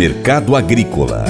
Mercado Agrícola.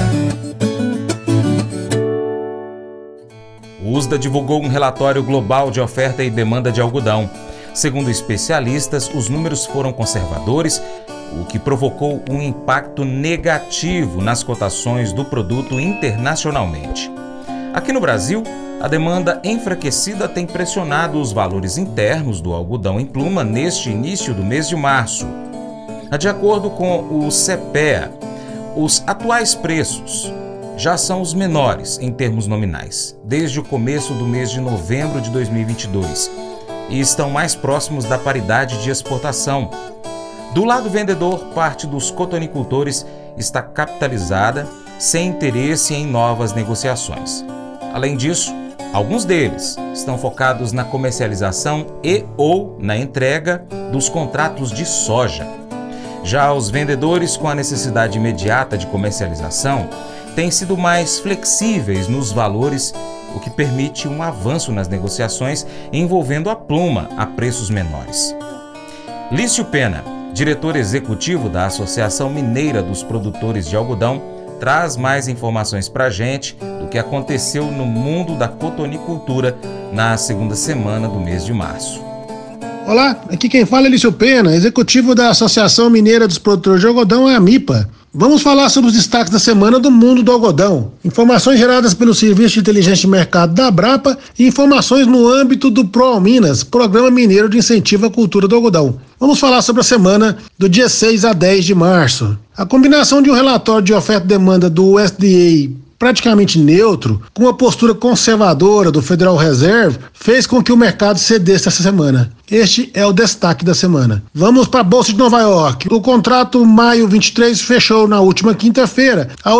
O USDA divulgou um relatório global de oferta e demanda de algodão. Segundo especialistas, os números foram conservadores, o que provocou um impacto negativo nas cotações do produto internacionalmente. Aqui no Brasil, a demanda enfraquecida tem pressionado os valores internos do algodão em pluma neste início do mês de março. De acordo com o CEPEA, os atuais preços já são os menores em termos nominais, desde o começo do mês de novembro de 2022, e estão mais próximos da paridade de exportação. Do lado vendedor, parte dos cotonicultores está capitalizada, sem interesse em novas negociações. Além disso, alguns deles estão focados na comercialização e/ou na entrega dos contratos de soja. Já os vendedores com a necessidade imediata de comercialização têm sido mais flexíveis nos valores, o que permite um avanço nas negociações envolvendo a pluma a preços menores. Lício Pena, diretor executivo da Associação Mineira dos Produtores de Algodão, traz mais informações para a gente do que aconteceu no mundo da cotonicultura na segunda semana do mês de março. Olá, aqui quem fala é Lício Pena, executivo da Associação Mineira dos Produtores de Algodão, a AMIPA. Vamos falar sobre os destaques da semana do mundo do algodão. Informações geradas pelo Serviço de Inteligência de Mercado da Abrapa e informações no âmbito do ProAlminas, Programa Mineiro de Incentivo à Cultura do Algodão. Vamos falar sobre a semana do dia 6 a 10 de março. A combinação de um relatório de oferta e demanda do USDA praticamente neutro, com uma postura conservadora do Federal Reserve, fez com que o mercado cedesse essa semana. Este é o destaque da semana. Vamos para a Bolsa de Nova York. O contrato maio 23 fechou na última quinta-feira a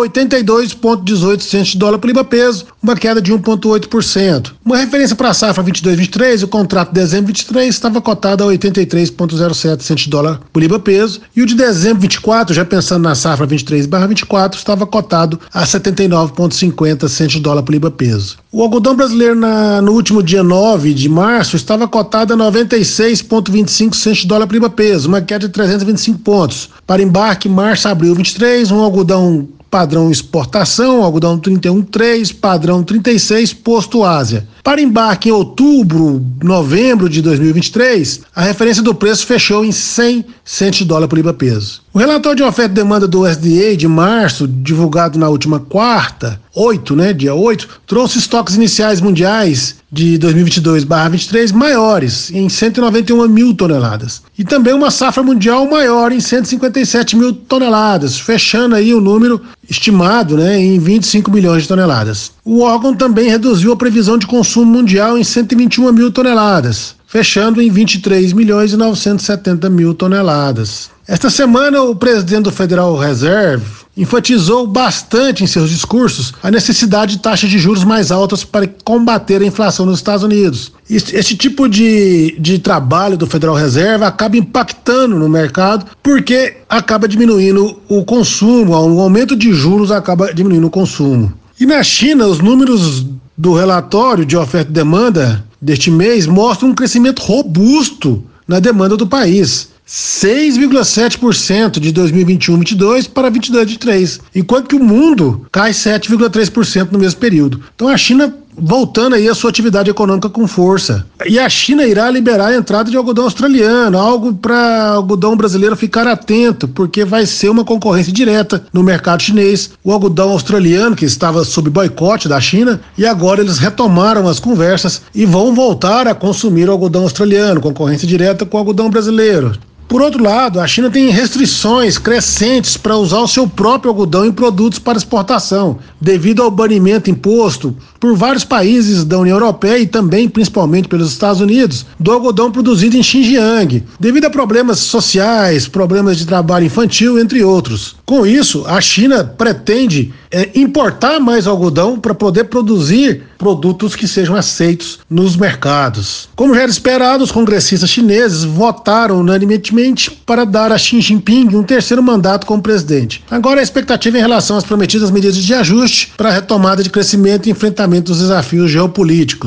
82,18 centos de dólar por libra-peso, uma queda de 1,8%. Uma referência para a safra 22-23, o contrato de dezembro 23 estava cotado a 83,07 centos de dólar por libra-peso e o de dezembro 24, já pensando na safra 23/24, estava cotado a 79,50 centos de dólar por libra-peso. O algodão brasileiro no último dia 9 de março estava cotado a 96,25 centos de dólar por libra-peso, uma queda de 325 pontos. Para embarque, março-abril 23, um algodão padrão exportação, algodão 31,3, padrão 36, posto Ásia. Para embarque em outubro, novembro de 2023, a referência do preço fechou em 100 centos de dólar por libra-peso. O relatório de oferta e demanda do USDA de março, divulgado na última quarta, dia 8, trouxe estoques iniciais mundiais de 2022/23 maiores, em 191 mil toneladas. E também uma safra mundial maior em 157 mil toneladas, fechando aí o número estimado em 25 milhões de toneladas. O órgão também reduziu a previsão de consumo mundial em 121 mil toneladas, fechando em 23 milhões e 970 mil toneladas. Esta semana, o presidente do Federal Reserve enfatizou bastante em seus discursos a necessidade de taxas de juros mais altas para combater a inflação nos Estados Unidos. Esse tipo de trabalho do Federal Reserve acaba impactando no mercado porque acaba diminuindo o consumo, o aumento de juros acaba diminuindo o consumo. E na China, os números do relatório de oferta e demanda deste mês mostram um crescimento robusto na demanda do país. 6,7% de 2021-22 para 22-23, enquanto que o mundo cai 7,3% no mesmo período. Então a China voltando aí a sua atividade econômica com força. E a China irá liberar a entrada de algodão australiano, algo para algodão brasileiro ficar atento, porque vai ser uma concorrência direta no mercado chinês. O algodão australiano, que estava sob boicote da China, e agora eles retomaram as conversas e vão voltar a consumir o algodão australiano, concorrência direta com o algodão brasileiro. Por outro lado, a China tem restrições crescentes para usar o seu próprio algodão em produtos para exportação, devido ao banimento imposto por vários países da União Europeia e também, principalmente pelos Estados Unidos, do algodão produzido em Xinjiang, devido a problemas sociais, problemas de trabalho infantil, entre outros. Com isso, a China pretende importar mais algodão para poder produzir produtos que sejam aceitos nos mercados. Como já era esperado, os congressistas chineses votaram unanimemente para dar a Xi Jinping um terceiro mandato como presidente. Agora a expectativa em relação às prometidas medidas de ajuste para a retomada de crescimento e enfrentamento dos desafios geopolíticos.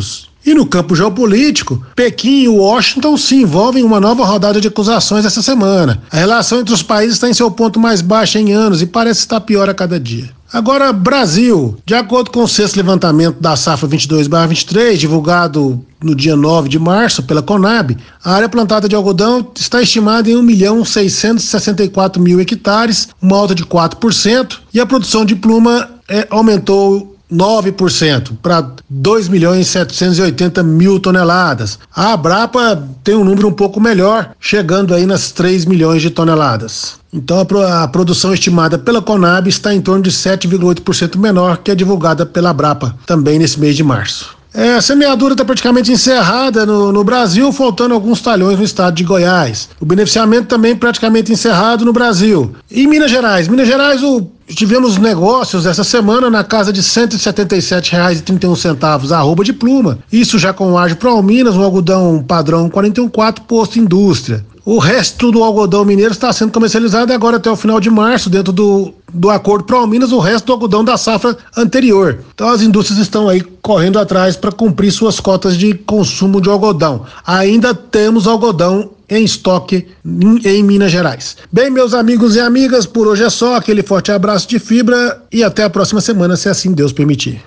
E no campo geopolítico, Pequim e Washington se envolvem em uma nova rodada de acusações essa semana. A relação entre os países está em seu ponto mais baixo em anos e parece estar pior a cada dia. Agora, Brasil. De acordo com o sexto levantamento da safra 22/23, divulgado no dia 9 de março pela Conab, a área plantada de algodão está estimada em 1.664.000 hectares, uma alta de 4%, e a produção de pluma aumentou 9% para 2.780.000 toneladas. A Abrapa tem um número um pouco melhor, chegando aí nas 3 milhões de toneladas. Então a produção estimada pela Conab está em torno de 7,8% menor que a divulgada pela Abrapa, também nesse mês de março. A semeadura está praticamente encerrada no Brasil, faltando alguns talhões no estado de Goiás. O beneficiamento também praticamente encerrado no Brasil. E Minas Gerais? Tivemos negócios essa semana na casa de R$ 177,31 a arroba de pluma. Isso já com o Agro Proalminas, um algodão padrão 41,4 posto indústria. O resto do algodão mineiro está sendo comercializado agora até o final de março, dentro do acordo Proalminas, o resto do algodão da safra anterior. Então as indústrias estão aí correndo atrás para cumprir suas cotas de consumo de algodão. Ainda temos algodão em estoque em Minas Gerais. Bem, meus amigos e amigas, por hoje é só. Aquele forte abraço de fibra e até a próxima semana, se assim Deus permitir.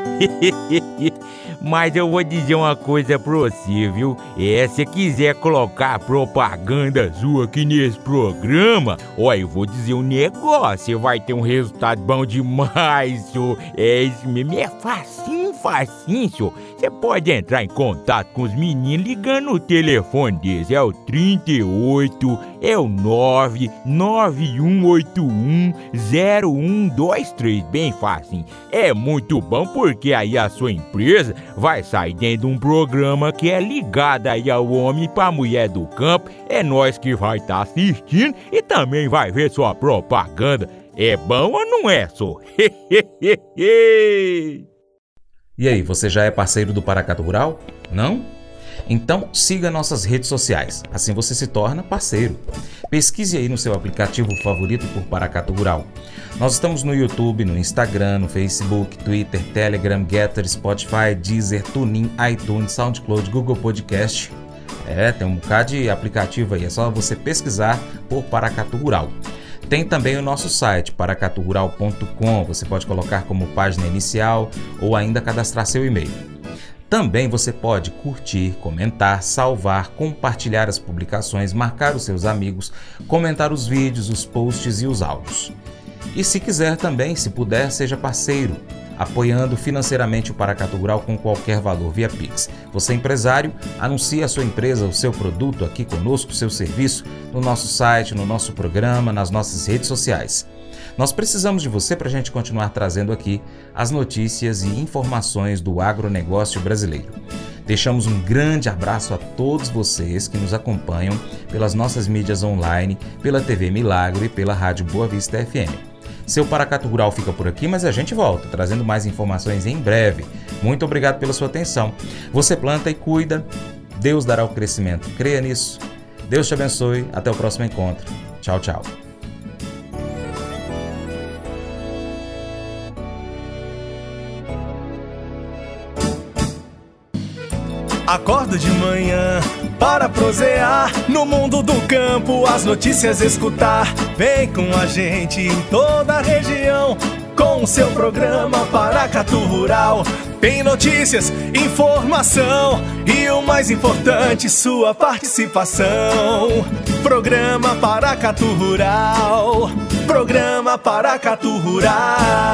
Mas eu vou dizer uma coisa pra você, viu? Se quiser colocar propaganda sua aqui nesse programa, eu vou dizer um negócio, você vai ter um resultado bom demais, senhor. Isso mesmo, é facinho, senhor. Você pode entrar em contato com os meninos ligando no telefone deles, é o 38, é o 991810123, bem facinho. É muito bom porque aí a sua empresa vai sair dentro de um programa que é ligado aí ao homem pra mulher do campo. É nós que vai estar assistindo e também vai ver sua propaganda. É bom ou não é, só? E aí, você já é parceiro do Paracatu Rural? Não? Então siga nossas redes sociais, assim você se torna parceiro. Pesquise aí no seu aplicativo favorito por Paracatu Rural. Nós estamos no YouTube, no Instagram, no Facebook, Twitter, Telegram, Getter, Spotify, Deezer, TuneIn, iTunes, SoundCloud, Google Podcast. Tem um bocado de aplicativo aí, é só você pesquisar por Paracatu Rural. Tem também o nosso site, paracaturural.com, você pode colocar como página inicial ou ainda cadastrar seu e-mail. Também você pode curtir, comentar, salvar, compartilhar as publicações, marcar os seus amigos, comentar os vídeos, os posts e os áudios. E se quiser também, se puder, seja parceiro, apoiando financeiramente o Paracatu Rural com qualquer valor via Pix. Você empresário, anuncie a sua empresa, o seu produto aqui conosco, o seu serviço, no nosso site, no nosso programa, nas nossas redes sociais. Nós precisamos de você para a gente continuar trazendo aqui as notícias e informações do agronegócio brasileiro. Deixamos um grande abraço a todos vocês que nos acompanham pelas nossas mídias online, pela TV Milagro e pela Rádio Boa Vista FM. Seu Paracatu Rural fica por aqui, mas a gente volta, trazendo mais informações em breve. Muito obrigado pela sua atenção. Você planta e cuida, Deus dará o crescimento. Creia nisso. Deus te abençoe. Até o próximo encontro. Tchau, tchau. Acordo de manhã para prosear no mundo do campo, as notícias escutar. Vem com a gente em toda a região com o seu programa Paracatu Rural. Tem notícias, informação e o mais importante, sua participação. Programa Paracatu Rural. Programa Paracatu Rural.